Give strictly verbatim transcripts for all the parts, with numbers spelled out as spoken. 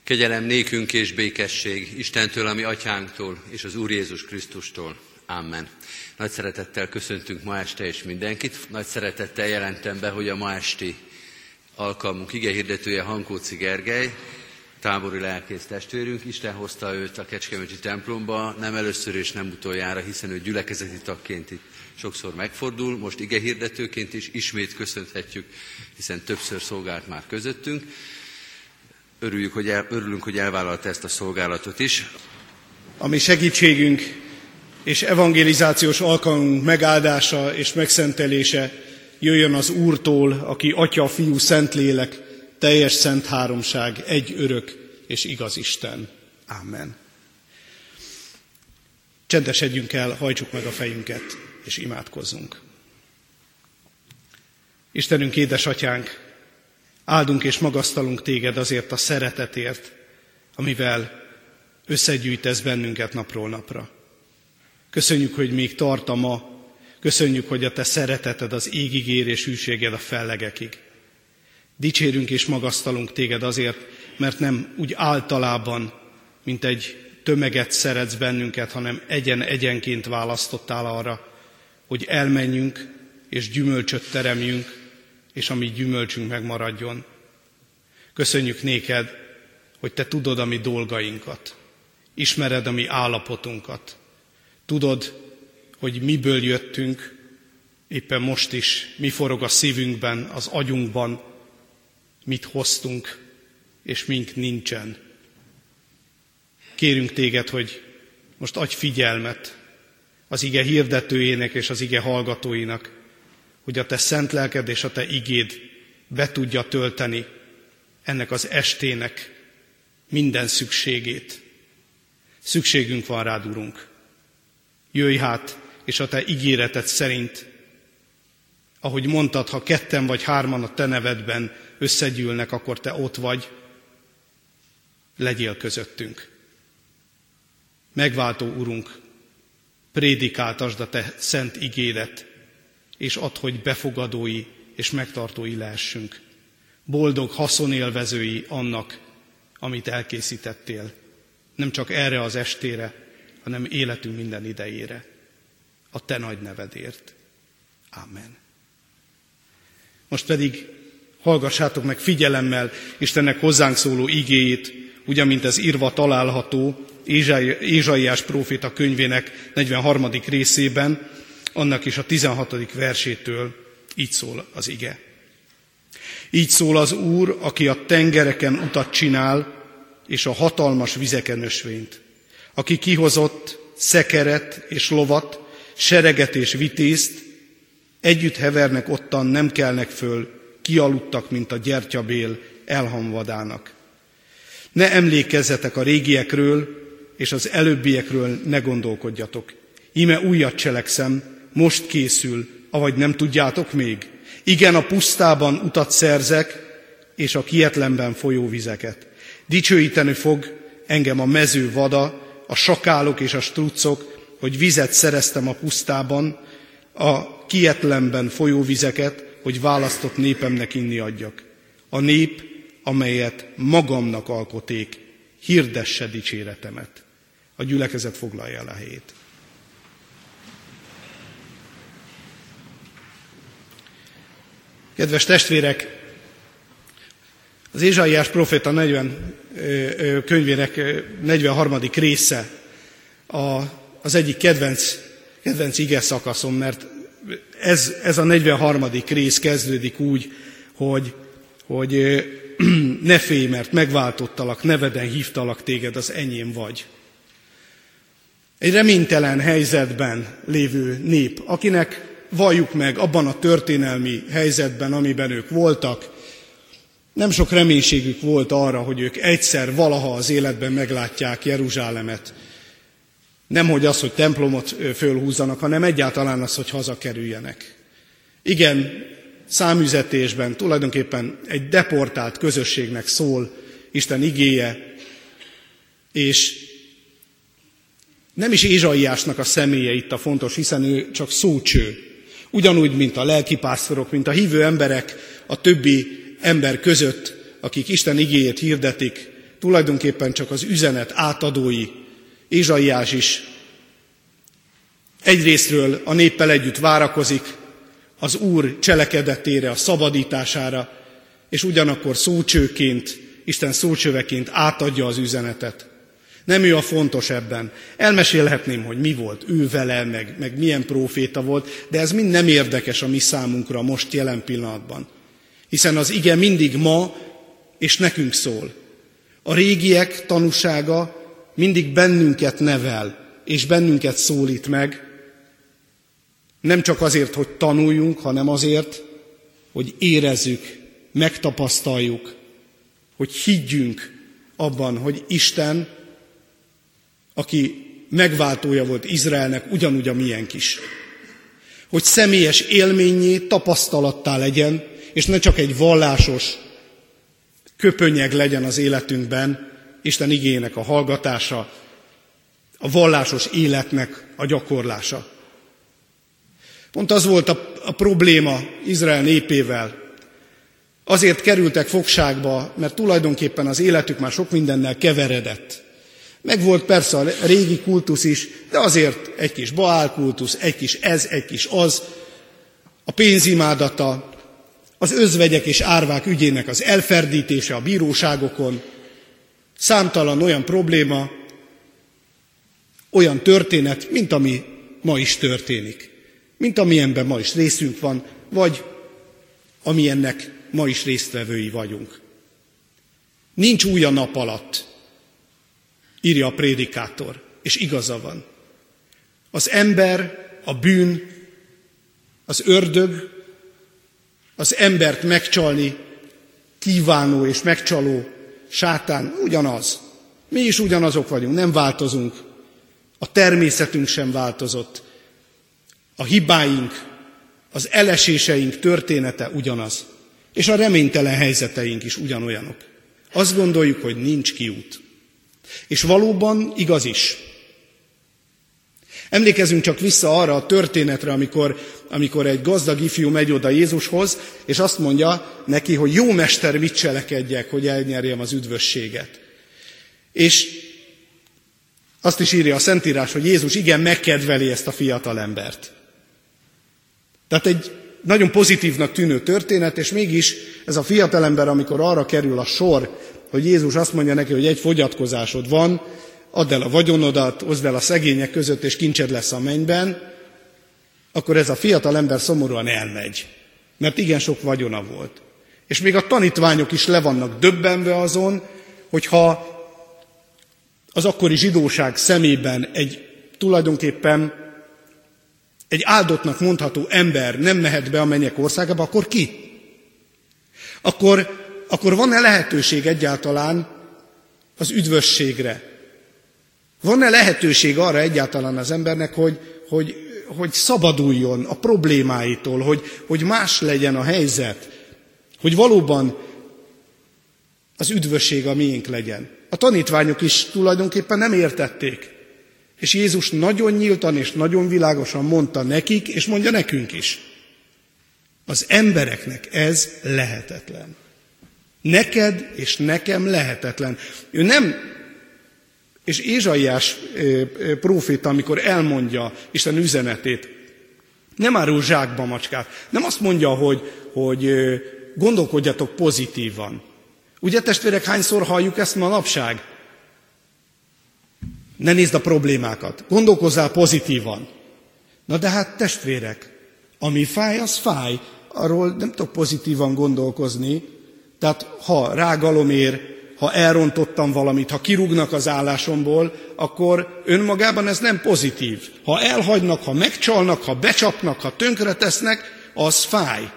Kegyelem nékünk és békesség Istentől, ami atyánktól, és az Úr Jézus Krisztustól. Amen. Nagy szeretettel köszöntünk ma este is mindenkit. Nagy szeretettel jelentem be, hogy a ma esti alkalmunk igehirdetője Hankóczy Gergely, tábori lelkész testvérünk. Isten hozta őt a kecskeméti templomba, nem először és nem utoljára, hiszen ő gyülekezeti tagként itt sokszor megfordul. Most igehirdetőként is ismét köszönhetjük, hiszen többször szolgált már közöttünk. Örüljük, hogy el, örülünk, hogy elvállalta ezt a szolgálatot is. A mi segítségünk és evangelizációs alkalmunk megáldása és megszentelése jöjjön az Úrtól, aki Atya, Fiú, Szentlélek, teljes szent háromság, egy örök és igaz Isten. Amen. Csendesedjünk el, hajtsuk meg a fejünket, és imádkozzunk. Istenünk, édesatyánk, áldunk és magasztalunk téged azért a szeretetért, amivel összegyűjtesz bennünket napról napra. Köszönjük, hogy még tart a ma, köszönjük, hogy a te szereteted az égig ér és hűséged a fellegekig. Dicsérünk és magasztalunk téged azért, mert nem úgy általában, mint egy tömeget szeretsz bennünket, hanem egyen-egyenként választottál arra, hogy elmenjünk és gyümölcsöt teremjünk, és a mi gyümölcsünk megmaradjon. Köszönjük néked, hogy te tudod a mi dolgainkat, ismered a mi állapotunkat, tudod, hogy miből jöttünk, éppen most is, mi forog a szívünkben, az agyunkban, mit hoztunk, és mink nincsen. Kérünk téged, hogy most adj figyelmet az ige hirdetőjének és az ige hallgatóinak, hogy a te szent lelked és a te igéd be tudja tölteni ennek az estének minden szükségét. Szükségünk van rád, Urunk. Jöjj hát, és a te ígéreted szerint, ahogy mondtad, ha ketten vagy hárman a te nevedben összegyűlnek, akkor te ott vagy, legyél közöttünk. Megváltó Urunk, prédikáltasd a te szent igédet, és add, hogy befogadói és megtartói lehessünk. Boldog haszonélvezői annak, amit elkészítettél. Nem csak erre az estére, hanem életünk minden idejére. A te nagy nevedért. Ámen. Most pedig hallgassátok meg figyelemmel Istennek hozzánk szóló igéjét, ugyanmint ez írva található Ézsaiás próféta könyvének negyvenharmadik részében, annak is a tizenhatodik versétől így szól az ige. Így szól az Úr, aki a tengereken utat csinál, és a hatalmas vizeken ösvényt, aki kihozott szekeret és lovat, sereget és vitézt, együtt hevernek ottan, nem kelnek föl, kialudtak, mint a gyertyabél elhamvadának. Ne emlékezzetek a régiekről, és az előbbiekről ne gondolkodjatok. Íme újat cselekszem, most készül, avagy nem tudjátok még? Igen, a pusztában utat szerzek, és a kietlenben folyó vizeket. Dicsőíteni fog engem a mező vada, a sakálok és a struccok, hogy vizet szereztem a pusztában, a kietlenben folyó vizeket, hogy választott népemnek inni adjak. A nép, amelyet magamnak alkoték, hirdesse dicséretemet. A gyülekezet foglalja el a helyét. Kedves testvérek, az Ézsaiás próféta negyven könyvének negyvenharmadik része a, az egyik kedvenc, kedvenc ige szakaszom, mert ez, ez a negyvenharmadik rész kezdődik úgy, hogy, hogy ne félj, mert megváltottalak, neveden hívtalak téged, az enyém vagy. Egy reménytelen helyzetben lévő nép, akinek valljuk meg abban a történelmi helyzetben, amiben ők voltak, nem sok reménységük volt arra, hogy ők egyszer valaha az életben meglátják Jeruzsálemet. Nemhogy az, hogy templomot fölhúzzanak, hanem egyáltalán az, hogy hazakerüljenek. Igen, számüzetésben tulajdonképpen egy deportált közösségnek szól Isten igéje, és nem is Ézsaiásnak a személye itt a fontos, hiszen ő csak szócső. Ugyanúgy, mint a lelkipásztorok, mint a hívő emberek a többi ember között, akik Isten igéjét hirdetik, tulajdonképpen csak az üzenet átadói. Ézsaiás is egyrészről a néppel együtt várakozik az Úr cselekedetére, a szabadítására, és ugyanakkor szócsőként, Isten szócsöveként átadja az üzenetet. Nem ő a fontos ebben. Elmesélhetném, hogy mi volt ő vele, meg, meg milyen próféta volt, de ez mind nem érdekes a mi számunkra most jelen pillanatban. Hiszen az ige mindig ma és nekünk szól. A régiek tanúsága mindig bennünket nevel, és bennünket szólít meg, nem csak azért, hogy tanuljunk, hanem azért, hogy érezzük, megtapasztaljuk, hogy higgyünk abban, hogy Isten, aki megváltója volt Izraelnek, ugyanúgy a miénk is. Hogy személyes élményé, tapasztalattá legyen, és ne csak egy vallásos köpönyeg legyen az életünkben, Isten igének a hallgatása, a vallásos életnek a gyakorlása. Pont az volt a, a probléma Izrael népével. Azért kerültek fogságba, mert tulajdonképpen az életük már sok mindennel keveredett. Meg volt persze a régi kultusz is, de azért egy kis Baál kultusz, egy kis ez, egy kis az, a pénzimádata, az özvegyek és árvák ügyének az elferdítése a bíróságokon, számtalan olyan probléma, olyan történet, mint ami ma is történik. Mint amilyenben ma is részünk van, vagy amilyennek ma is résztvevői vagyunk. Nincs új a nap alatt, írja a prédikátor, és igaza van. Az ember, a bűn, az ördög, az embert megcsalni kívánó és megcsaló sátán ugyanaz. Mi is ugyanazok vagyunk, nem változunk. A természetünk sem változott. A hibáink, az eleséseink története ugyanaz. És a reménytelen helyzeteink is ugyanolyanok. Azt gondoljuk, hogy nincs kiút. És valóban igaz is. Emlékezzünk csak vissza arra a történetre, amikor, amikor egy gazdag ifjú megy oda Jézushoz, és azt mondja neki, hogy jó mester, mit cselekedjek, hogy elnyerjem az üdvösséget. És azt is írja a Szentírás, hogy Jézus igen megkedveli ezt a fiatal embert. Tehát egy nagyon pozitívnak tűnő történet, és mégis ez a fiatalember, amikor arra kerül a sor, hogy Jézus azt mondja neki, hogy egy fogyatkozásod van, add el a vagyonodat, oszd el a szegények között, és kincsed lesz a mennyben, akkor ez a fiatal ember szomorúan elmegy, mert igen sok vagyona volt. És még a tanítványok is le vannak döbbenve azon, hogyha az akkori zsidóság szemében egy tulajdonképpen egy áldottnak mondható ember nem mehet be a mennyek országába, akkor ki? Akkor, akkor van-e lehetőség egyáltalán az üdvösségre? Van-e lehetőség arra egyáltalán az embernek, hogy, hogy, hogy szabaduljon a problémáitól, hogy, hogy más legyen a helyzet, hogy valóban az üdvösség a miénk legyen? A tanítványok is tulajdonképpen nem értették. És Jézus nagyon nyíltan és nagyon világosan mondta nekik, és mondja nekünk is. Az embereknek ez lehetetlen. Neked és nekem lehetetlen. Ő nem, és Ézsaiás próféta, amikor elmondja Isten üzenetét, nem árul zsákba macskát. Nem azt mondja, hogy, hogy gondolkodjatok pozitívan. Ugye testvérek, hányszor halljuk ezt manapság? Ne nézd a problémákat, gondolkozzál pozitívan. Na de hát testvérek, ami fáj, az fáj. Arról nem tudok pozitívan gondolkozni. Tehát ha rágalom ér, ha elrontottam valamit, ha kirúgnak az állásomból, akkor önmagában ez nem pozitív. Ha elhagynak, ha megcsalnak, ha becsapnak, ha tönkretesznek, az fáj.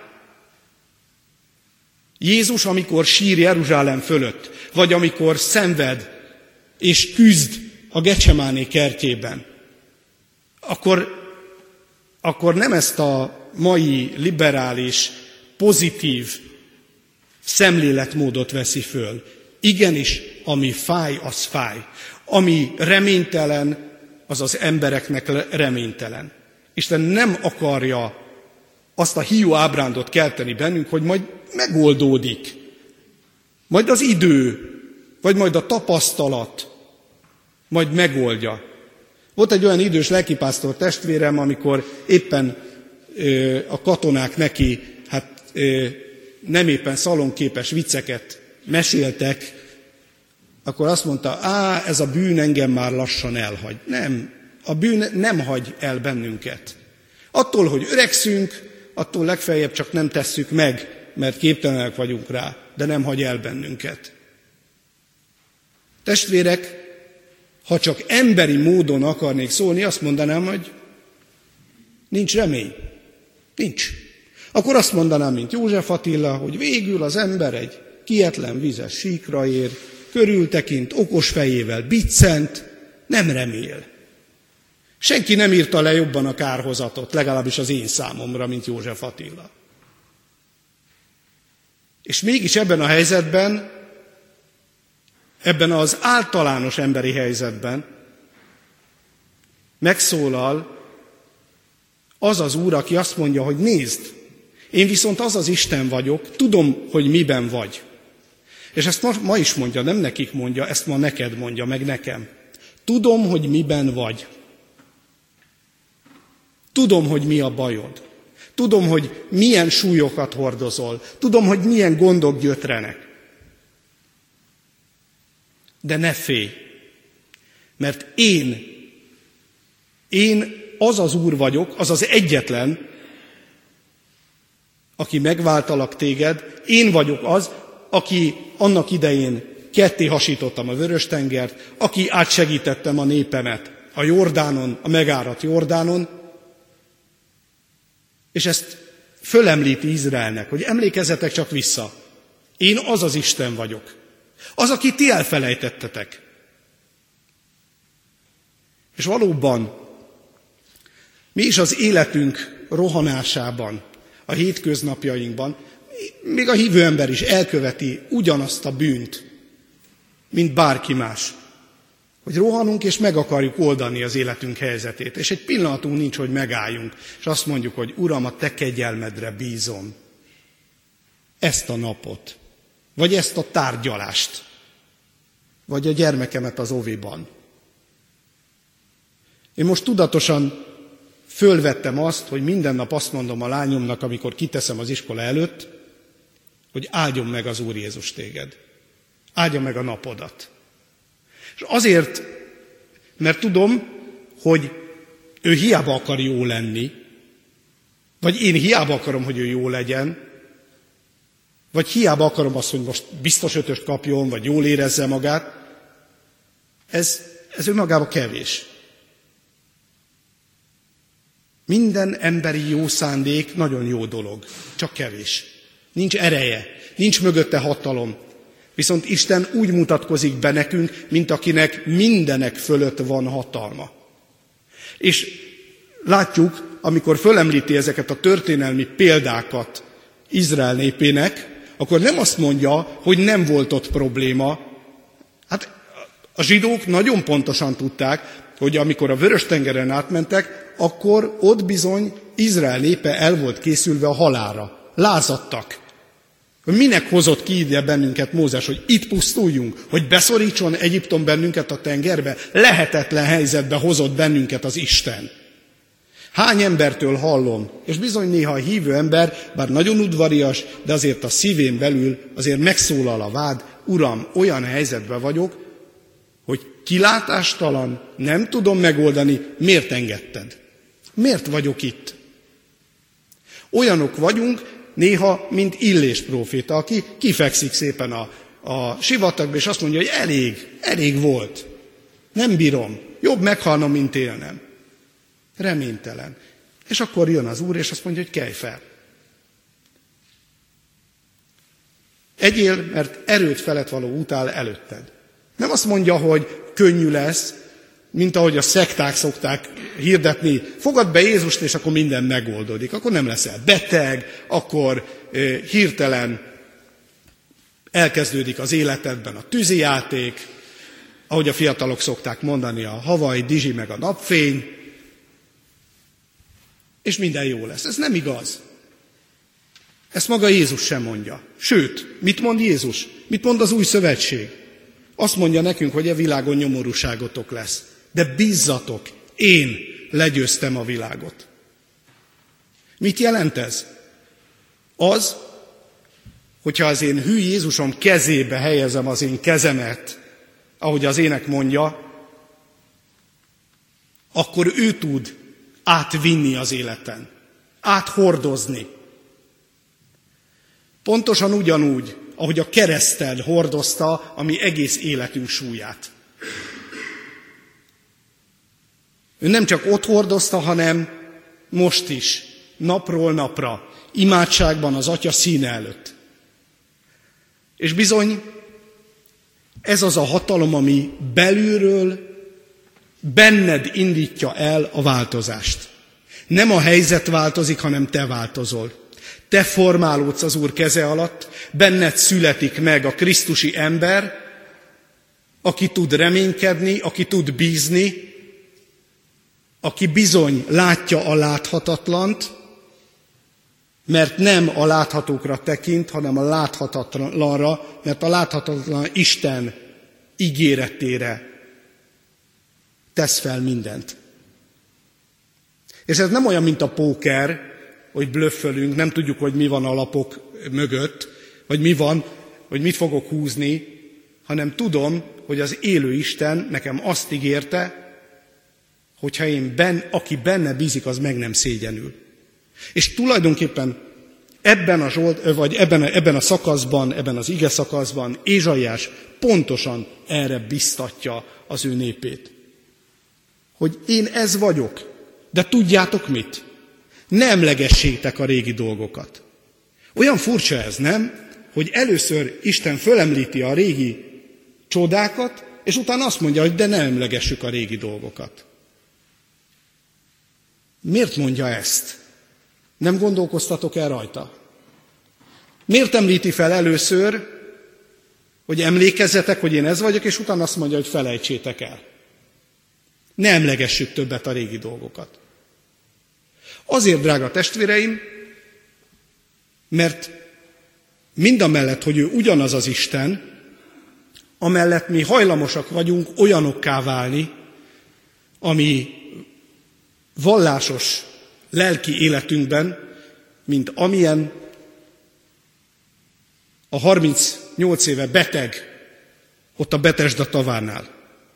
Jézus, amikor sír Jeruzsálem fölött, vagy amikor szenved és küzd a Gecsemáné kertjében, akkor, akkor nem ezt a mai liberális, pozitív szemléletmódot veszi föl. Igenis, ami fáj, az fáj. Ami reménytelen, az az embereknek reménytelen. Isten nem akarja azt a hiú ábrándot kelteni bennünk, hogy majd megoldódik. Majd az idő vagy majd a tapasztalat majd megoldja. Volt egy olyan idős lelkipásztor testvérem, amikor éppen ö, a katonák neki hát ö, nem éppen szalonképes vicceket meséltek, akkor azt mondta, á, ez a bűn engem már lassan elhagy. Nem, a bűn nem hagy el bennünket. Attól, hogy öregszünk, attól legfeljebb csak nem tesszük meg, mert képtelenek vagyunk rá, de nem hagy el bennünket. Testvérek, ha csak emberi módon akarnék szólni, azt mondanám, hogy nincs remény. Nincs. Akkor azt mondanám, mint József Attila, hogy végül az ember egy kietlen vizes síkra ér, körültekint, okos fejével biccent, nem remél. Senki nem írta le jobban a kárhozatot, legalábbis az én számomra, mint József Attila. És mégis ebben a helyzetben, ebben az általános emberi helyzetben megszólal az az Úr, aki azt mondja, hogy nézd, én viszont az az Isten vagyok, tudom, hogy miben vagy. És ezt ma, ma is mondja, nem nekik mondja, ezt ma neked mondja, meg nekem. Tudom, hogy miben vagy. Tudom, hogy mi a bajod. Tudom, hogy milyen súlyokat hordozol. Tudom, hogy milyen gondok gyötrenek. De ne félj, mert én, én az az Úr vagyok, az az egyetlen, aki megváltalak téged, én vagyok az, aki annak idején ketté hasítottam a Vörös-tengert, aki átsegítettem a népemet a Jordánon, a megáradt Jordánon, és ezt fölemlíti Izraelnek, hogy emlékezzetek csak vissza, én az az Isten vagyok, az, aki ti elfelejtettetek. És valóban mi is az életünk rohanásában, a hétköznapjainkban, még a hívő ember is elköveti ugyanazt a bűnt, mint bárki más. Hogy rohanunk és meg akarjuk oldani az életünk helyzetét. És egy pillanatunk nincs, hogy megálljunk, és azt mondjuk, hogy Uram, a te kegyelmedre bízom ezt a napot, vagy ezt a tárgyalást, vagy a gyermekemet az oviban. Én most tudatosan fölvettem azt, hogy minden nap azt mondom a lányomnak, amikor kiteszem az iskola előtt, hogy áldjon meg az Úr Jézus téged. Áldja meg a napodat. És azért, mert tudom, hogy ő hiába akar jó lenni, vagy én hiába akarom, hogy ő jó legyen, vagy hiába akarom azt, hogy most biztos ötöst kapjon, vagy jól érezze magát, ez, ez önmagában kevés. Minden emberi jó szándék nagyon jó dolog, csak kevés. Nincs ereje, nincs mögötte hatalom. Viszont Isten úgy mutatkozik be nekünk, mint akinek mindenek fölött van hatalma. És látjuk, amikor fölemlíti ezeket a történelmi példákat Izrael népének, akkor nem azt mondja, hogy nem volt ott probléma. Hát a zsidók nagyon pontosan tudták, hogy amikor a Vörös-tengeren átmentek, akkor ott bizony Izrael népe el volt készülve a halálra. Lázadtak. Minek hozott ki ide bennünket Mózes, hogy itt pusztuljunk, hogy beszorítson Egyiptom bennünket a tengerbe? Lehetetlen helyzetbe hozott bennünket az Isten. Hány embertől hallom, és bizony néha a hívő ember, bár nagyon udvarias, de azért a szívén belül azért megszólal a vád, Uram, olyan helyzetben vagyok, hogy kilátástalan, nem tudom megoldani, miért engedted? Miért vagyok itt? Olyanok vagyunk, néha, mint Illés próféta, aki kifekszik szépen a, a sivatagba, és azt mondja, hogy elég, elég volt. Nem bírom, jobb meghalnom, mint élnem. Reménytelen. És akkor jön az Úr, és azt mondja, hogy kelj fel. Egyél, mert erőt felett való út áll előtted. Nem azt mondja, hogy könnyű lesz, mint ahogy a szekták szokták hirdetni, fogad be Jézust, és akkor minden megoldódik. Akkor nem leszel beteg, akkor eh, hirtelen elkezdődik az életedben a tűzijáték, ahogy a fiatalok szokták mondani, a havaj, dizsi meg a napfény, és minden jó lesz. Ez nem igaz. Ezt maga Jézus sem mondja. Sőt, mit mond Jézus? Mit mond az új szövetség? Azt mondja nekünk, hogy e világon nyomorúságotok lesz. De bízzatok, én legyőztem a világot. Mit jelent ez? Az, hogyha az én hű Jézusom kezébe helyezem az én kezemet, ahogy az ének mondja, akkor ő tud átvinni az életen, áthordozni. Pontosan ugyanúgy, ahogy a kereszten hordozta a mi egész életünk súlyát. Ő nem csak ott hordozta, hanem most is, napról napra, imádságban az Atya színe előtt. És bizony, ez az a hatalom, ami belülről benned indítja el a változást. Nem a helyzet változik, hanem te változol. Te formálódsz az Úr keze alatt, benned születik meg a krisztusi ember, aki tud reménykedni, aki tud bízni, aki bizony látja a láthatatlant, mert nem a láthatókra tekint, hanem a láthatatlanra, mert a láthatatlan Isten ígéretére tesz fel mindent. És ez nem olyan, mint a póker, hogy blöffölünk, nem tudjuk, hogy mi van a lapok mögött, vagy mi van, hogy mit fogok húzni, hanem tudom, hogy az élő Isten nekem azt ígérte, hogyha én ben, aki benne bízik, az meg nem szégyenül. És tulajdonképpen ebben a, Zsolt, vagy ebben, a, ebben a szakaszban, ebben az ige szakaszban Ézsaiás pontosan erre biztatja az ő népét. Hogy én ez vagyok, de tudjátok mit? Ne emlegessétek a régi dolgokat. Olyan furcsa ez, nem? Hogy először Isten fölemlíti a régi csodákat, és utána azt mondja, hogy de ne emlegessük a régi dolgokat. Miért mondja ezt? Nem gondolkoztatok el rajta? Miért említi fel először, hogy emlékezzetek, hogy én ez vagyok, és utána azt mondja, hogy felejtsétek el? Ne emlegessük többet a régi dolgokat. Azért, drága testvéreim, mert mindamellett, hogy ő ugyanaz az Isten, amellett mi hajlamosak vagyunk olyanokká válni, ami vallásos lelki életünkben, mint amilyen a harmincnyolc éve beteg ott a Betesda tavánál.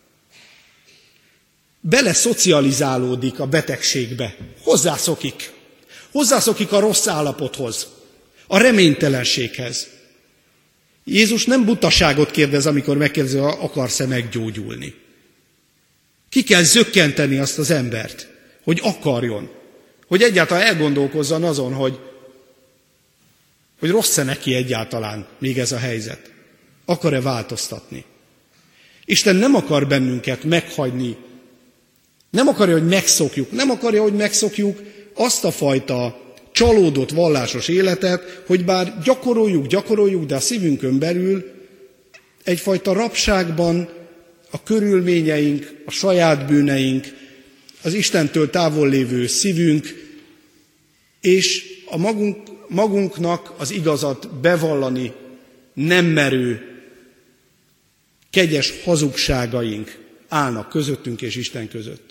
Bele szocializálódik a betegségbe, hozzászokik. Hozzászokik a rossz állapothoz, a reménytelenséghez. Jézus nem butaságot kérdez, amikor megkérdezi, akarsz-e meggyógyulni. Ki kell zökkenteni azt az embert, hogy akarjon, hogy egyáltalán elgondolkozzon azon, hogy, hogy rossz-e neki egyáltalán még ez a helyzet. Akar-e változtatni? Isten nem akar bennünket meghagyni, nem akarja, hogy megszokjuk, nem akarja, hogy megszokjuk azt a fajta csalódott vallásos életet, hogy bár gyakoroljuk, gyakoroljuk, de a szívünkön belül egyfajta rabságban a körülményeink, a saját bűneink, az Istentől távol lévő szívünk, és a magunk, magunknak az igazat bevallani nem merő, kegyes hazugságaink állnak közöttünk és Isten között.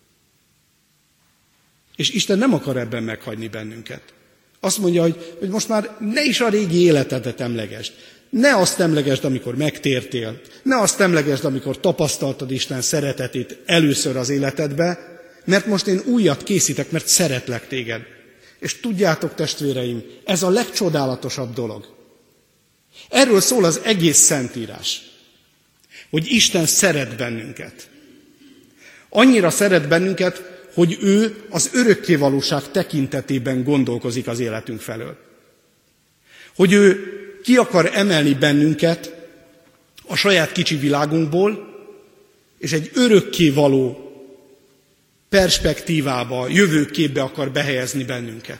És Isten nem akar ebben meghagyni bennünket. Azt mondja, hogy, hogy most már ne is a régi életedet emlegesd. Ne azt emlegesd, amikor megtértél. Ne azt emlegesd, amikor tapasztaltad Isten szeretetét először az életedbe, mert most én újat készítek, mert szeretlek téged. És tudjátok, testvéreim, ez a legcsodálatosabb dolog. Erről szól az egész Szentírás, hogy Isten szeret bennünket. Annyira szeret bennünket, hogy ő az örökkévalóság tekintetében gondolkozik az életünk felől. Hogy ő ki akar emelni bennünket a saját kicsi világunkból, és egy örökkévaló perspektívába, jövőképbe akar behelyezni bennünket.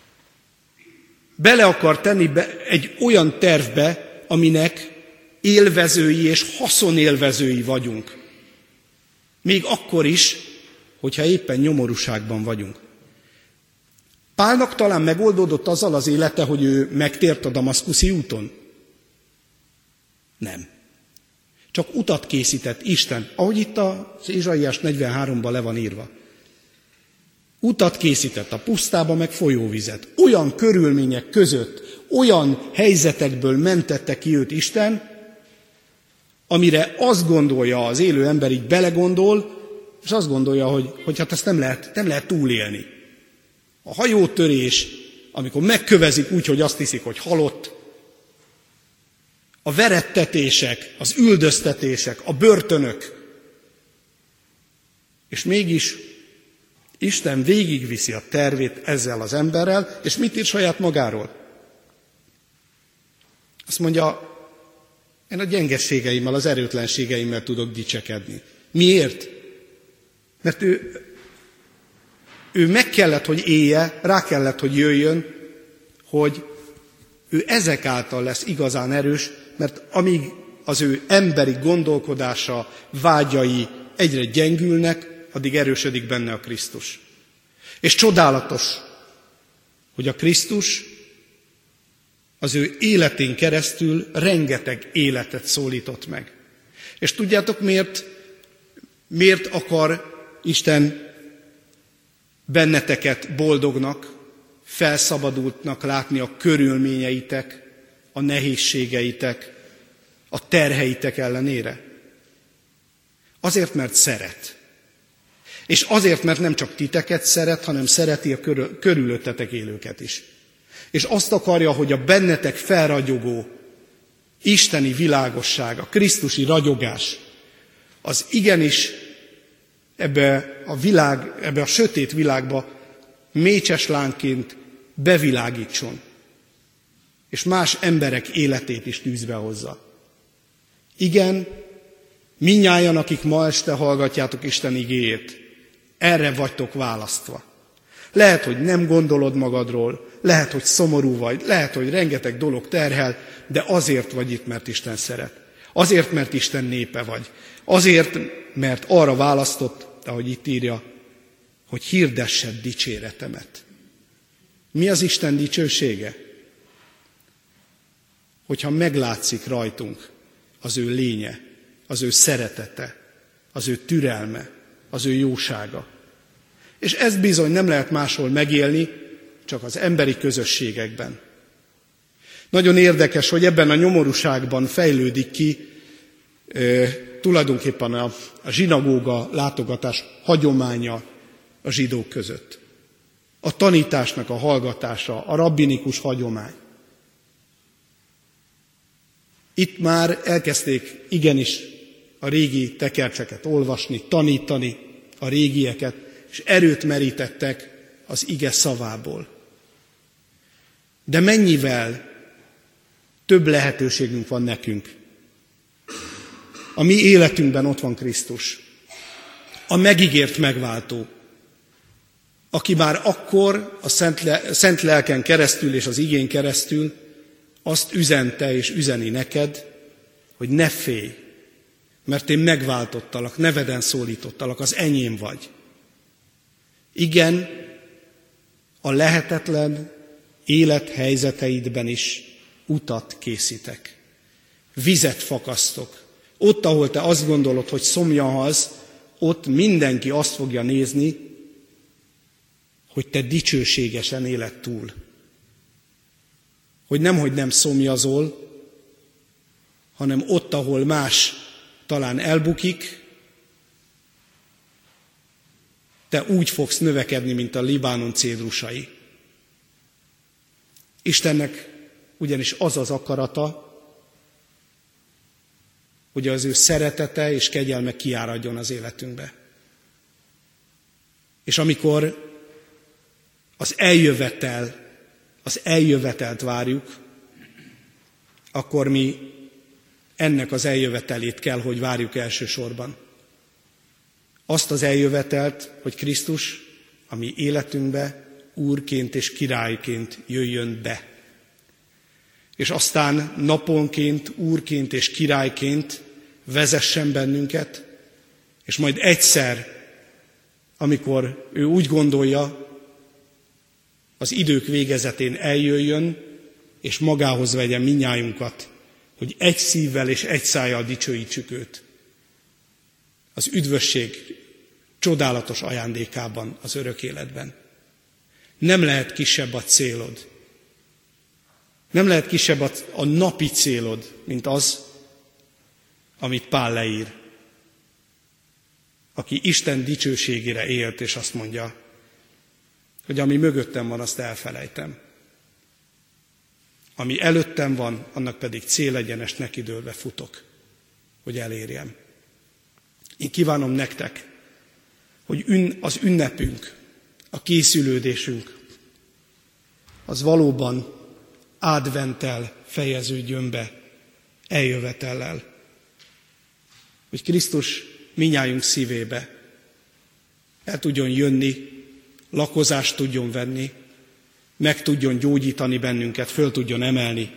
Bele akar tenni be egy olyan tervbe, aminek élvezői és haszonélvezői vagyunk. Még akkor is, hogyha éppen nyomorúságban vagyunk. Pálnak talán megoldódott azzal az élete, hogy ő megtért a damaszkuszi úton? Nem. Csak utat készített Isten, ahogy itt az Ézsaiás negyvenháromban le van írva. Utat készített a pusztába, meg folyóvizet. Olyan körülmények között, olyan helyzetekből mentette ki őt Isten, amire azt gondolja az élő ember, így belegondol, és azt gondolja, hogy, hogy hát ezt nem lehet, nem lehet túlélni. A hajótörés, amikor megkövezik úgy, hogy azt hiszik, hogy halott, a verettetések, az üldöztetések, a börtönök. És mégis Isten végigviszi a tervét ezzel az emberrel, és mit ír saját magáról? Azt mondja, én a gyengeségeimmel, az erőtlenségeimmel tudok dicsekedni. Miért? Mert ő, ő meg kellett, hogy élje, rá kellett, hogy jöjjön, hogy ő ezek által lesz igazán erős, mert amíg az ő emberi gondolkodása, vágyai egyre gyengülnek, addig erősödik benne a Krisztus. És csodálatos, hogy a Krisztus az ő életén keresztül rengeteg életet szólított meg. És tudjátok miért, miért akar Isten benneteket boldognak, felszabadultnak látni a körülményeitek, a nehézségeitek, a terheitek ellenére? Azért, mert szeret. És azért, mert nem csak titeket szeret, hanem szereti a körül, körülöttetek élőket is. És azt akarja, hogy a bennetek felragyogó isteni világosság, a krisztusi ragyogás, az igenis ebbe a világ, ebbe a sötét világba mécses lánként bevilágítson, és más emberek életét is tűzbe hozza. Igen, mindnyájan, akik ma este hallgatjátok Isten igéjét, erre vagytok választva. Lehet, hogy nem gondolod magadról, lehet, hogy szomorú vagy, lehet, hogy rengeteg dolog terhel, de azért vagy itt, mert Isten szeret. Azért, mert Isten népe vagy. Azért, mert arra választott, ahogy itt írja, hogy hirdessed dicséretemet. Mi az Isten dicsősége? Hogyha meglátszik rajtunk az ő lénye, az ő szeretete, az ő türelme, az ő jósága. És ezt bizony nem lehet máshol megélni, csak az emberi közösségekben. Nagyon érdekes, hogy ebben a nyomorúságban fejlődik ki e, tulajdonképpen a, a zsinagóga látogatás hagyománya a zsidók között. A tanításnak a hallgatása, a rabbinikus hagyomány. Itt már elkezdték igenis a régi tekercseket olvasni, tanítani a régieket, és erőt merítettek az ige szavából. De mennyivel több lehetőségünk van nekünk. A mi életünkben ott van Krisztus, a megígért megváltó, aki már akkor a Szent, Le- Szent Lelken keresztül és az igén keresztül azt üzente és üzeni neked, hogy ne félj, mert én megváltottalak, neveden szólítottalak, az enyém vagy. Igen, a lehetetlen élethelyzeteidben is utat készítek. Vizet fakasztok. Ott, ahol te azt gondolod, hogy szomjan halsz, ott mindenki azt fogja nézni, hogy te dicsőségesen éled túl. Hogy nemhogy nem szomjazol, hanem ott, ahol más talán elbukik, te úgy fogsz növekedni, mint a Libánon cédrusai. Istennek ugyanis az az akarata, hogy az ő szeretete és kegyelme kiáradjon az életünkbe. És amikor az eljövetel, az eljövetelt várjuk, akkor mi ennek az eljövetelét kell, hogy várjuk elsősorban. Azt az eljövetelt, hogy Krisztus a mi életünkbe úrként és királyként jöjjön be. És aztán naponként, úrként és királyként vezessen bennünket, és majd egyszer, amikor ő úgy gondolja, az idők végezetén eljöjjön, és magához vegye mindnyájunkat, hogy egy szívvel és egy szájjal dicsőítsük őt. Az üdvösség csodálatos ajándékában, az örök életben. Nem lehet kisebb a célod. Nem lehet kisebb a, a napi célod, mint az, amit Pál leír. Aki Isten dicsőségére élt, és azt mondja, hogy ami mögöttem van, azt elfelejtem. Ami előttem van, annak pedig célegyenes nekidőlve futok, hogy elérjem. Én kívánom nektek, hogy az ünnepünk, a készülődésünk, az valóban adventtel fejeződjön be, eljövetellel. Hogy Krisztus mindnyájunk szívébe el tudjon jönni, lakozást tudjon venni, meg tudjon gyógyítani bennünket, föl tudjon emelni,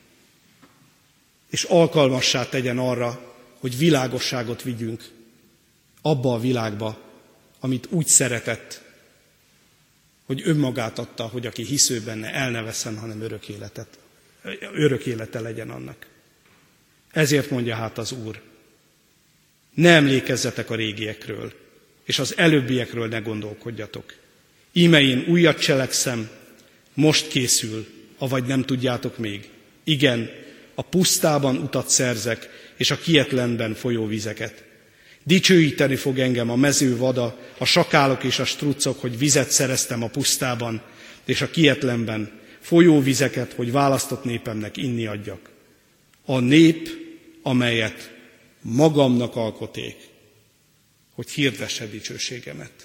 és alkalmassá tegyen arra, hogy világosságot vigyünk abba a világba, amit úgy szeretett, hogy önmagát adta, hogy aki hisző benne, el ne veszen, hanem örök életet, örök élete legyen annak. Ezért mondja hát az Úr, ne emlékezzetek a régiekről, és az előbbiekről ne gondolkodjatok. Íme én újat cselekszem, most készül, avagy nem tudjátok még. Igen, a pusztában utat szerzek, és a kietlenben folyó vizeket. Dicsőíteni fog engem a mező vada, a sakálok és a struccok, hogy vizet szereztem a pusztában, és a kietlenben folyó vizeket, hogy választott népemnek inni adjak. A nép, amelyet magamnak alkoték, hogy hirdesse dicsőségemet.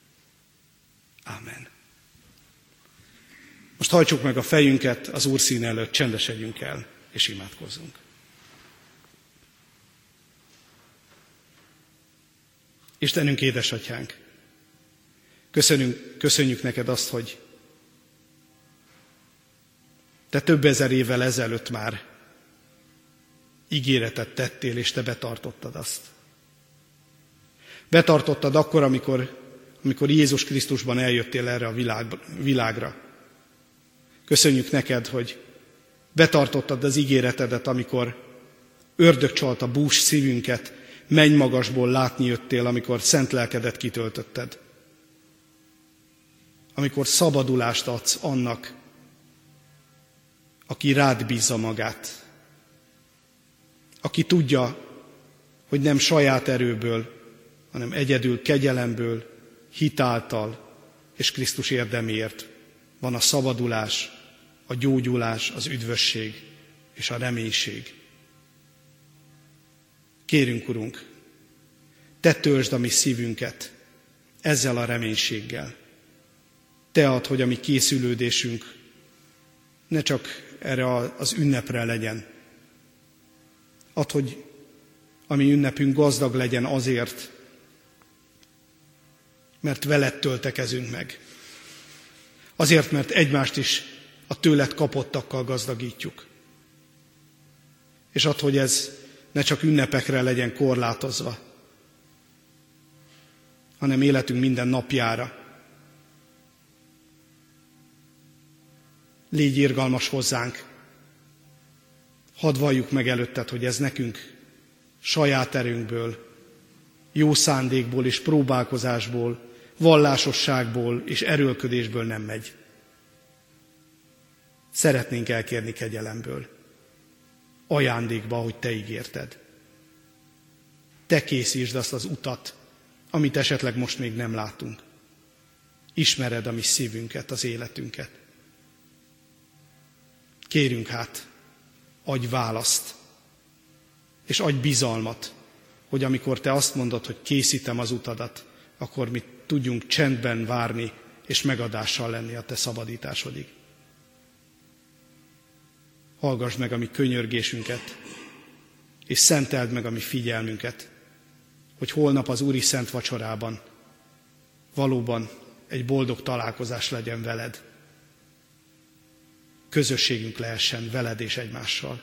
Ámen. Most hajtsuk meg a fejünket az Úr színe előtt, csendesedjünk el, és imádkozzunk. Istenünk, édesatyánk, köszönjük, köszönjük neked azt, hogy te több ezer évvel ezelőtt már ígéretet tettél, és te betartottad azt. Betartottad akkor, amikor, amikor Jézus Krisztusban eljöttél erre a világ, világra. Köszönjük neked, hogy betartottad az ígéretedet, amikor ördög csalta bús szívünket, menny magasból látni jöttél, amikor szent lelkedet kitöltötted. Amikor szabadulást adsz annak, aki rád bízza magát. Aki tudja, hogy nem saját erőből, hanem egyedül kegyelemből, hitáltal és Krisztus érdemért van a szabadulás, a gyógyulás, az üdvösség és a reménység. Kérünk, Urunk, te töltsd a mi szívünket ezzel a reménységgel. Te add, hogy a mi készülődésünk ne csak erre az ünnepre legyen. Add, hogy a mi ünnepünk gazdag legyen azért, mert veled töltekezünk meg. Azért, mert egymást is a tőled kapottakkal gazdagítjuk. És add, hogy ez ne csak ünnepekre legyen korlátozva, hanem életünk minden napjára. Légy irgalmas hozzánk, hadd valljuk meg előtted, hogy ez nekünk saját erőnkből, jó szándékból és próbálkozásból, vallásosságból és erőlködésből nem megy. Szeretnénk elkérni kegyelemből, ajándékba, ahogy te ígérted. Te készítsd azt az utat, amit esetleg most még nem látunk. Ismered a mi szívünket, az életünket. Kérünk hát, adj választ, és adj bizalmat, hogy amikor te azt mondod, hogy készítem az utadat, akkor mi tudjunk csendben várni, és megadással lenni a te szabadításodig. Hallgass meg a mi könyörgésünket, és szenteld meg a mi figyelmünket, hogy holnap az Úri Szent Vacsorában valóban egy boldog találkozás legyen veled. Közösségünk lehessen veled és egymással.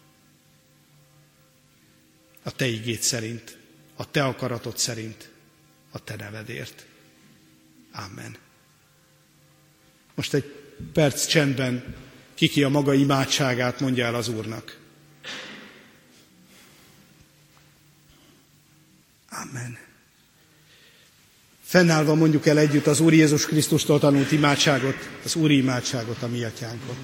A te igéd szerint, a te akaratod szerint, a te nevedért. Amen. Most egy perc csendben kiki a maga imádságát mondja el az Úrnak. Amen. Fennállva mondjuk el együtt az Úr Jézus Krisztustól tanult imádságot, az Úri imádságot, a mi atyánkot.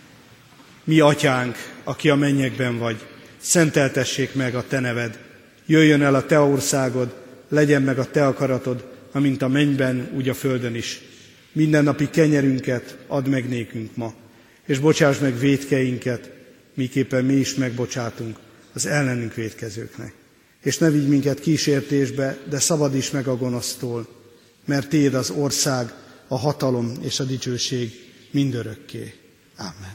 Mi atyánk, aki a mennyekben vagy, szenteltessék meg a te neved. Jöjjön el a te országod, legyen meg a te akaratod, amint a mennyben, úgy a földön is. Mindennapi kenyerünket add meg nékünk ma, és bocsáss meg vétkeinket, miképpen mi is megbocsátunk az ellenünk vétkezőknek. És ne vigy minket kísértésbe, de szabadíts meg a gonosztól, mert tiéd az ország, a hatalom és a dicsőség mindörökké. Amen.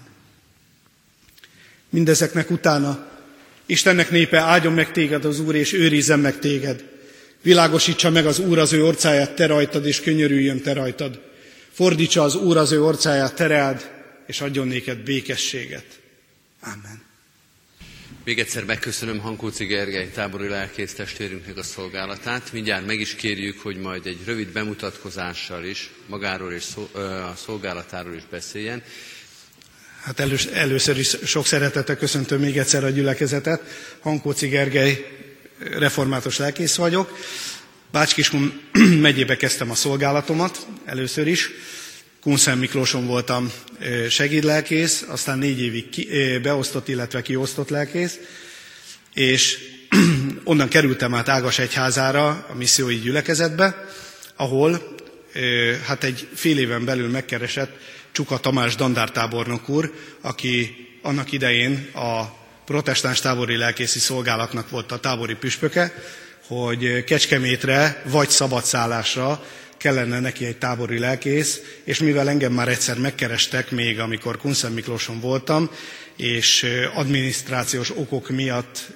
Mindezeknek utána Istennek népe, áldjon meg téged az Úr, és őrizzen meg téged. Világosítsa meg az Úr az ő orcáját te rajtad, és könyörüljön te rajtad. Fordítsa az Úr az ő orcáját te reád, és adjon néked békességet. Amen. Még egyszer megköszönöm Hankóczy Gergely tábori lelkész testvérünknek a szolgálatát. Mindjárt meg is kérjük, hogy majd egy rövid bemutatkozással is magáról és a szolgálatáról is beszéljen. Hát elős, először is sok szeretettel köszöntöm még egyszer a gyülekezetet. Hankóczy Gergely református lelkész vagyok. Bács-Kiskun megyébe kezdtem a szolgálatomat először is. Kunszent Miklóson voltam segédlelkész, aztán négy évig ki, beosztott, illetve kiosztott lelkész, és onnan kerültem át Ágas egyházára, a missziói gyülekezetbe, ahol hát egy fél éven belül megkeresett Csuka Tamás dandártábornok úr, aki annak idején a protestáns tábori lelkészi szolgálatnak volt a tábori püspöke, hogy Kecskemétre vagy szabadszállásra kellene neki egy tábori lelkész, és mivel engem már egyszer megkerestek, még amikor Kunszent Miklóson voltam, és adminisztrációs okok miatt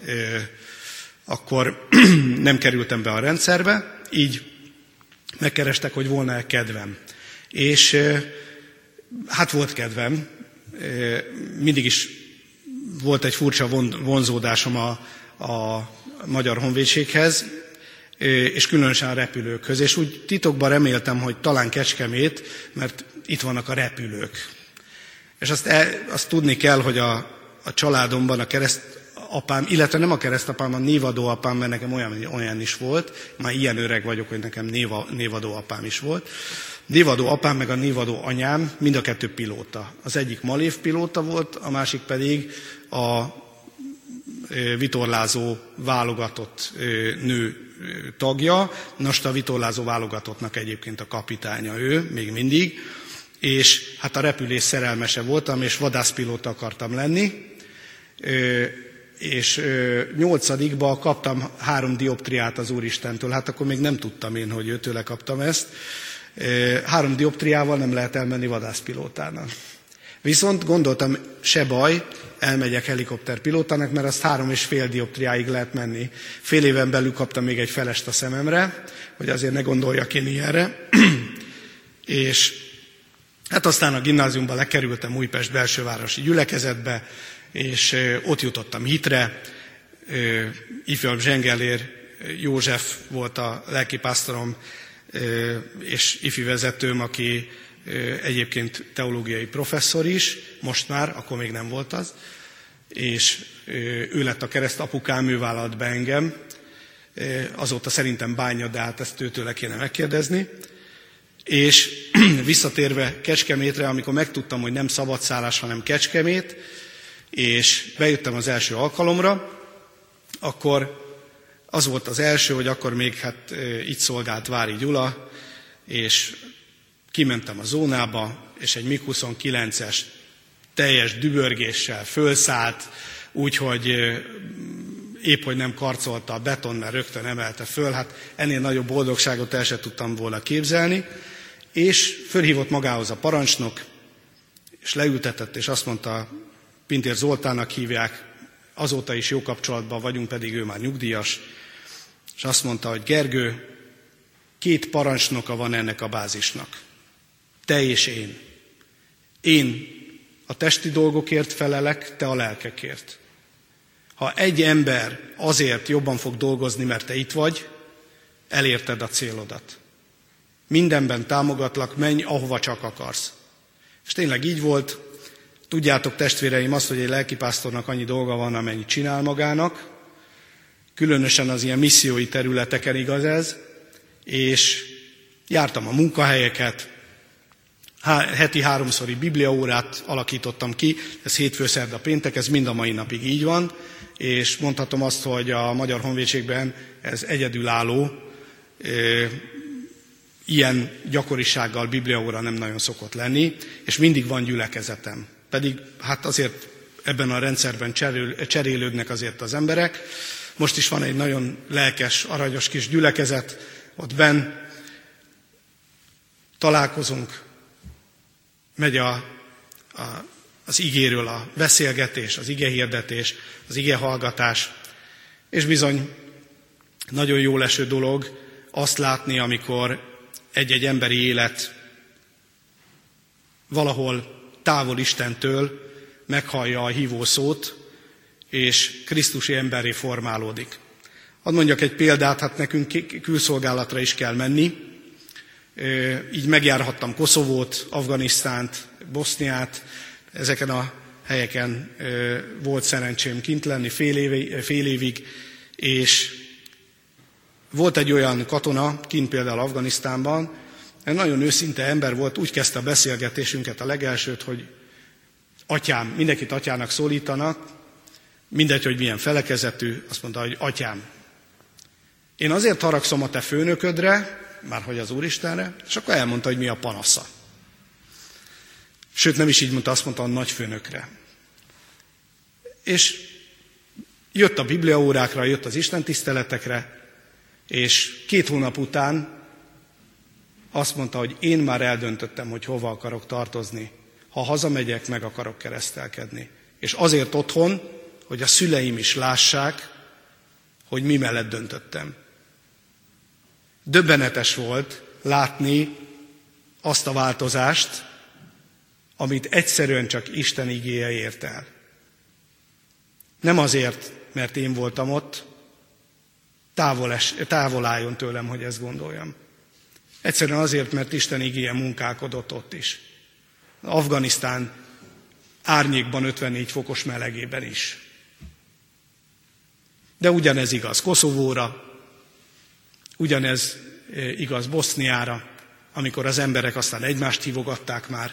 akkor nem kerültem be a rendszerbe, így megkerestek, hogy volna-e kedvem. És hát volt kedvem, mindig is volt egy furcsa vonzódásom a, a Magyar Honvédséghez, és különösen a repülőkhöz, és úgy titokban reméltem, hogy talán Kecskemét, mert itt vannak a repülők. És azt, el, azt tudni kell, hogy a, a családomban a keresztapám, illetve nem a keresztapám, a névadó apám, mert nekem olyan, olyan is volt, már ilyen öreg vagyok, hogy nekem néva, névadó apám is volt. Névadó apám meg a névadó anyám mind a kettő pilóta. Az egyik malév pilóta volt, a másik pedig a vitorlázó válogatott nő tagja, most a vitorlázó válogatottnak egyébként a kapitánya ő, még mindig, és hát a repülés szerelmese voltam, és vadászpilóta akartam lenni, és nyolcadikba kaptam három dioptriát az Úristentől, hát akkor még nem tudtam én, hogy őtőle kaptam ezt, három dioptriával nem lehet elmenni vadászpilótának. Viszont gondoltam, se baj, elmegyek helikopterpilótának, mert azt három és fél dioptriáig lehet menni. Fél éven belül kaptam még egy felest a szememre, hogy azért ne gondoljak én ilyenre. És hát aztán a gimnáziumba lekerültem Újpest belsővárosi gyülekezetbe, és ott jutottam hitre. Ifjabb Zsengelér József volt a lelkipásztorom és ifi vezetőm, aki egyébként teológiai professzor is, most már, akkor még nem volt az, és ő lett a keresztapukám, ő vállalt be engem, azóta szerintem bánya, de hát ezt őtőle kéne megkérdezni, és visszatérve Kecskemétre, amikor megtudtam, hogy nem szabadszállás, hanem Kecskemét, és bejöttem az első alkalomra, akkor az volt az első, hogy akkor még hát itt szolgált Vári Gyula, és kimentem a zónába, és egy mig huszonkilences teljes dübörgéssel fölszállt, úgyhogy épp, hogy nem karcolta a beton, mert rögtön emelte föl, hát ennél nagyobb boldogságot el sem tudtam volna képzelni, és fölhívott magához a parancsnok, és leültetett, és azt mondta, Pintér Zoltánnak hívják, azóta is jó kapcsolatban vagyunk, pedig ő már nyugdíjas, és azt mondta, hogy Gergő, két parancsnoka van ennek a bázisnak. Te és én. Én a testi dolgokért felelek, te a lelkekért. Ha egy ember azért jobban fog dolgozni, mert te itt vagy, elérted a célodat. Mindenben támogatlak, menj, ahova csak akarsz. És tényleg így volt. Tudjátok, testvéreim, azt, hogy egy lelkipásztornak annyi dolga van, amennyit csinál magának. Különösen az ilyen missziói területeken igaz ez, és jártam a munkahelyeket, heti háromszori bibliaórát alakítottam ki, ez hétfő, szerda, péntek, ez mind a mai napig így van, és mondhatom azt, hogy a Magyar Honvédségben ez egyedülálló, ilyen gyakorisággal bibliaóra nem nagyon szokott lenni, és mindig van gyülekezetem. Pedig hát azért ebben a rendszerben cserél, cserélődnek azért az emberek. Most is van egy nagyon lelkes, aranyos kis gyülekezet, ott benn találkozunk, megy a, a, az igéről a beszélgetés, az igehirdetés, az igehallgatás, és bizony nagyon jó leső dolog azt látni, amikor egy-egy emberi élet valahol távol Istentől meghallja a hívó szót, és krisztusi emberré formálódik. Hadd mondjak egy példát, hát nekünk külszolgálatra is kell menni. Így megjárhattam Koszovót, Afganisztánt, Boszniát, ezeken a helyeken volt szerencsém kint lenni fél évig, fél évig, és volt egy olyan katona, kint például Afganisztánban, egy nagyon őszinte ember volt, úgy kezdte a beszélgetésünket a legelsőt, hogy atyám, mindenkit atyának szólítanak, mindegy, hogy milyen felekezetű, azt mondta, hogy atyám. Én azért haragszom a te főnöködre, már hogy az Úristenre, és akkor elmondta, hogy mi a panasza. Sőt, nem is így mondta, azt mondta a nagyfőnökre. És jött a bibliaórákra, jött az istentiszteletekre, és két hónap után azt mondta, hogy én már eldöntöttem, hogy hova akarok tartozni. Ha hazamegyek, meg akarok keresztelkedni. És azért otthon, hogy a szüleim is lássák, hogy mi mellett döntöttem. Döbbenetes volt látni azt a változást, amit egyszerűen csak Isten igéje ért el. Nem azért, mert én voltam ott, távol, es, távol álljon tőlem, hogy ezt gondoljam. Egyszerűen azért, mert Isten igéje munkálkodott ott is. Afganisztán árnyékban ötvennégy fokos melegében is. De ugyanez igaz Koszovóra, ugyanez igaz Boszniára, amikor az emberek aztán egymást hívogatták már.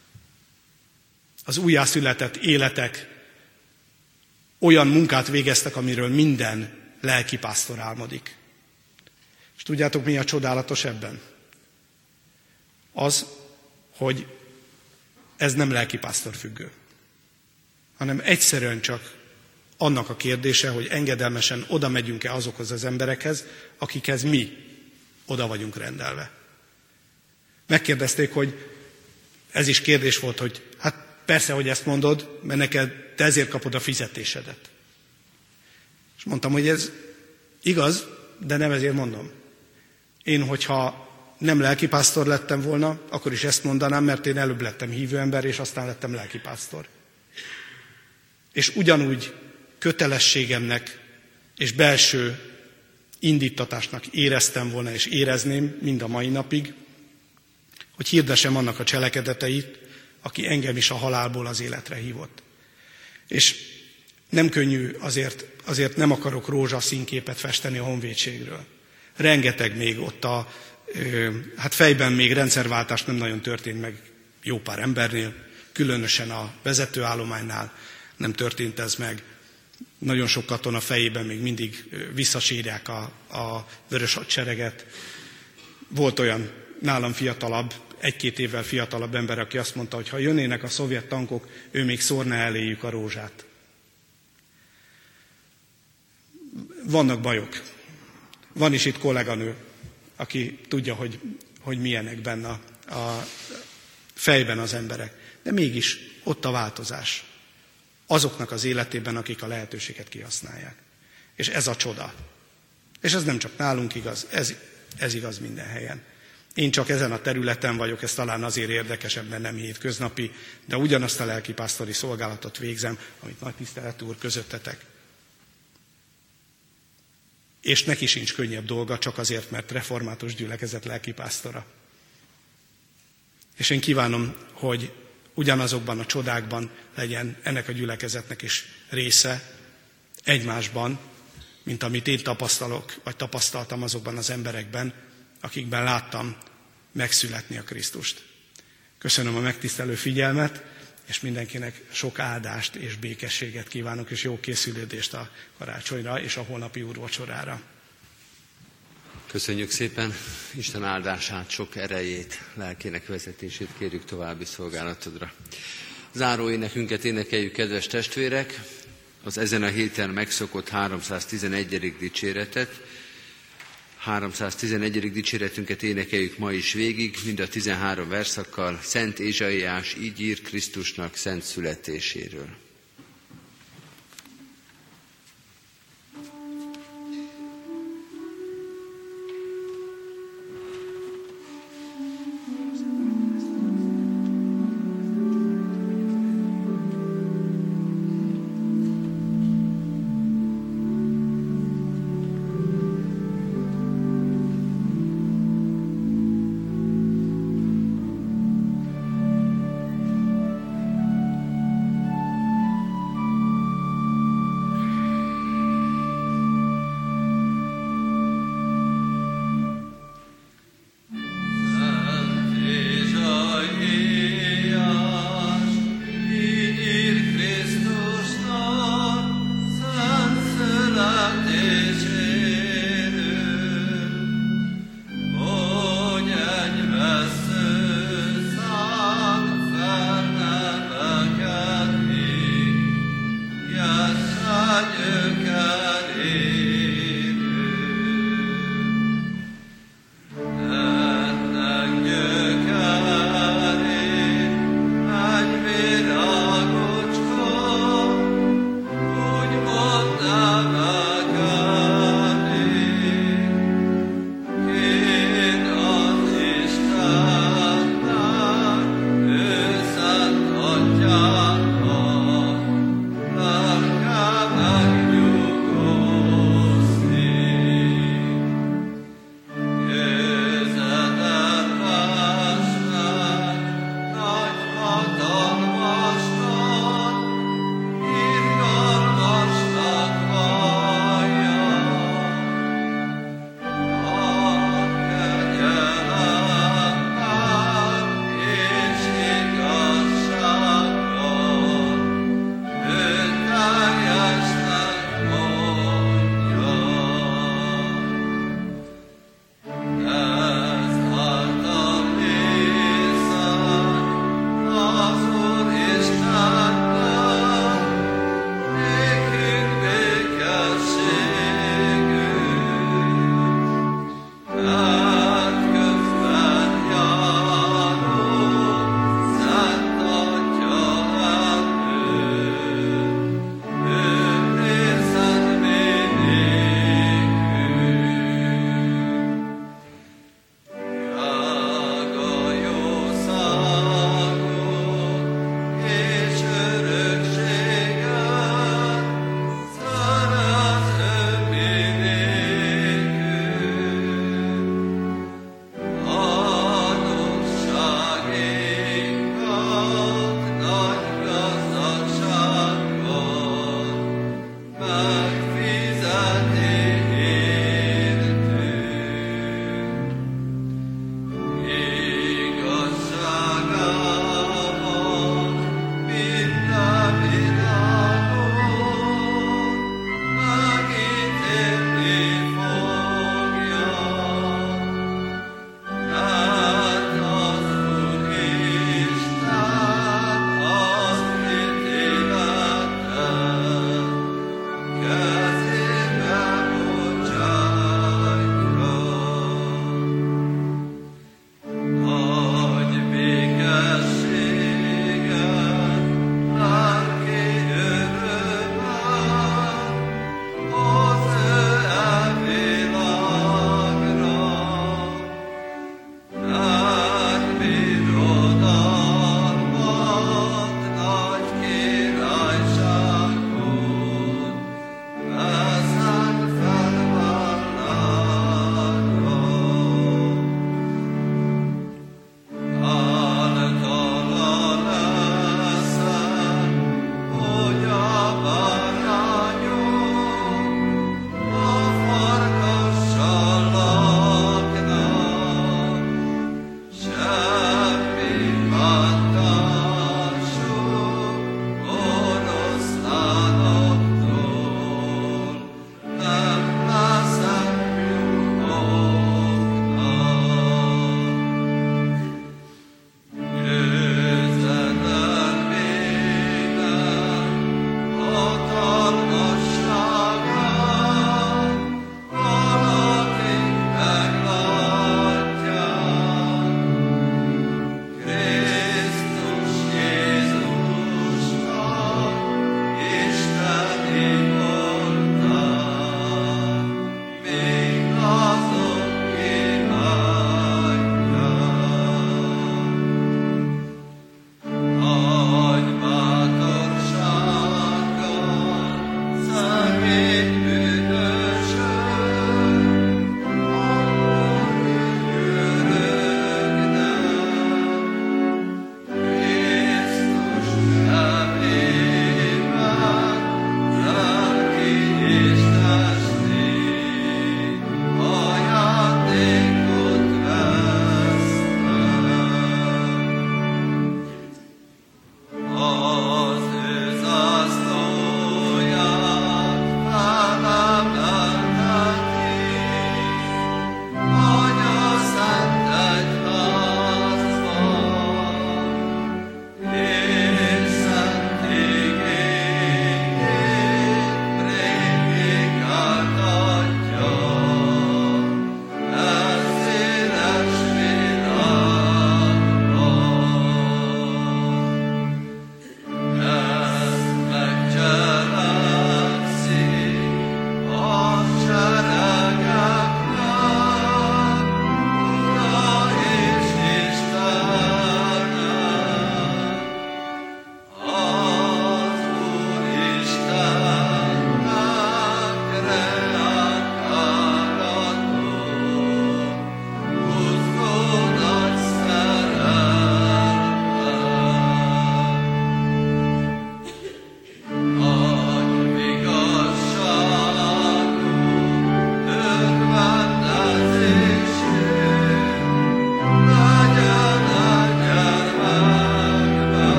Az újjászületett életek olyan munkát végeztek, amiről minden lelkipásztor álmodik. És tudjátok, mi a csodálatos ebben? Az, hogy ez nem lelkipásztor függő, hanem egyszerűen csak annak a kérdése, hogy engedelmesen oda megyünk-e azokhoz az emberekhez, akikhez mi oda vagyunk rendelve. Megkérdezték, hogy ez is kérdés volt, hogy hát persze, hogy ezt mondod, mert neked te ezért kapod a fizetésedet. És mondtam, hogy ez igaz, de nem ezért mondom. Én, hogyha nem lelkipásztor lettem volna, akkor is ezt mondanám, mert én előbb lettem hívő ember, és aztán lettem lelkipásztor. És ugyanúgy kötelességemnek és belső indítatásnak éreztem volna, és érezném mind a mai napig, hogy hirdessem annak a cselekedeteit, aki engem is a halálból az életre hívott. És nem könnyű, azért, azért nem akarok rózsaszín képet festeni a honvédségről. Rengeteg még ott a, hát fejben még rendszerváltás nem nagyon történt meg jó pár embernél, különösen a vezetőállománynál nem történt ez meg. Nagyon sok katona fejében még mindig visszasírják a, a vörös hadsereget. Volt olyan nálam fiatalabb, egy-két évvel fiatalabb ember, aki azt mondta, hogy ha jönnének a szovjet tankok, ő még szórná eléjük a rózsát. Vannak bajok. Van is itt kolléganő, aki tudja, hogy, hogy milyenek benne a, a fejben az emberek. De mégis ott a változás. Azoknak az életében, akik a lehetőséget kihasználják. És ez a csoda. És ez nem csak nálunk igaz, ez, ez igaz minden helyen. Én csak ezen a területen vagyok, ez talán azért érdekesebb, mert nem hétköznapi, de ugyanazt a lelkipásztori szolgálatot végzem, amit nagy tiszteletű úr közöttetek. És neki sincs könnyebb dolga, csak azért, mert református gyülekezet lelkipásztora. És én kívánom, hogy ugyanazokban a csodákban legyen ennek a gyülekezetnek is része egymásban, mint amit én tapasztalok, vagy tapasztaltam azokban az emberekben, akikben láttam megszületni a Krisztust. Köszönöm a megtisztelő figyelmet, és mindenkinek sok áldást és békességet kívánok, és jó készülődést a karácsonyra és a holnapi úrvacsorára. Köszönjük szépen, Isten áldását, sok erejét, lelkének vezetését kérjük további szolgálatodra. Záró énekünket énekeljük, kedves testvérek, az ezen a héten megszokott háromszáztizenegyedik dicséretet. háromszáztizenegyedik dicséretünket énekeljük ma is végig, mind a tizenhárom verszakkal. Szent Ézsaiás így ír Krisztusnak szent születéséről.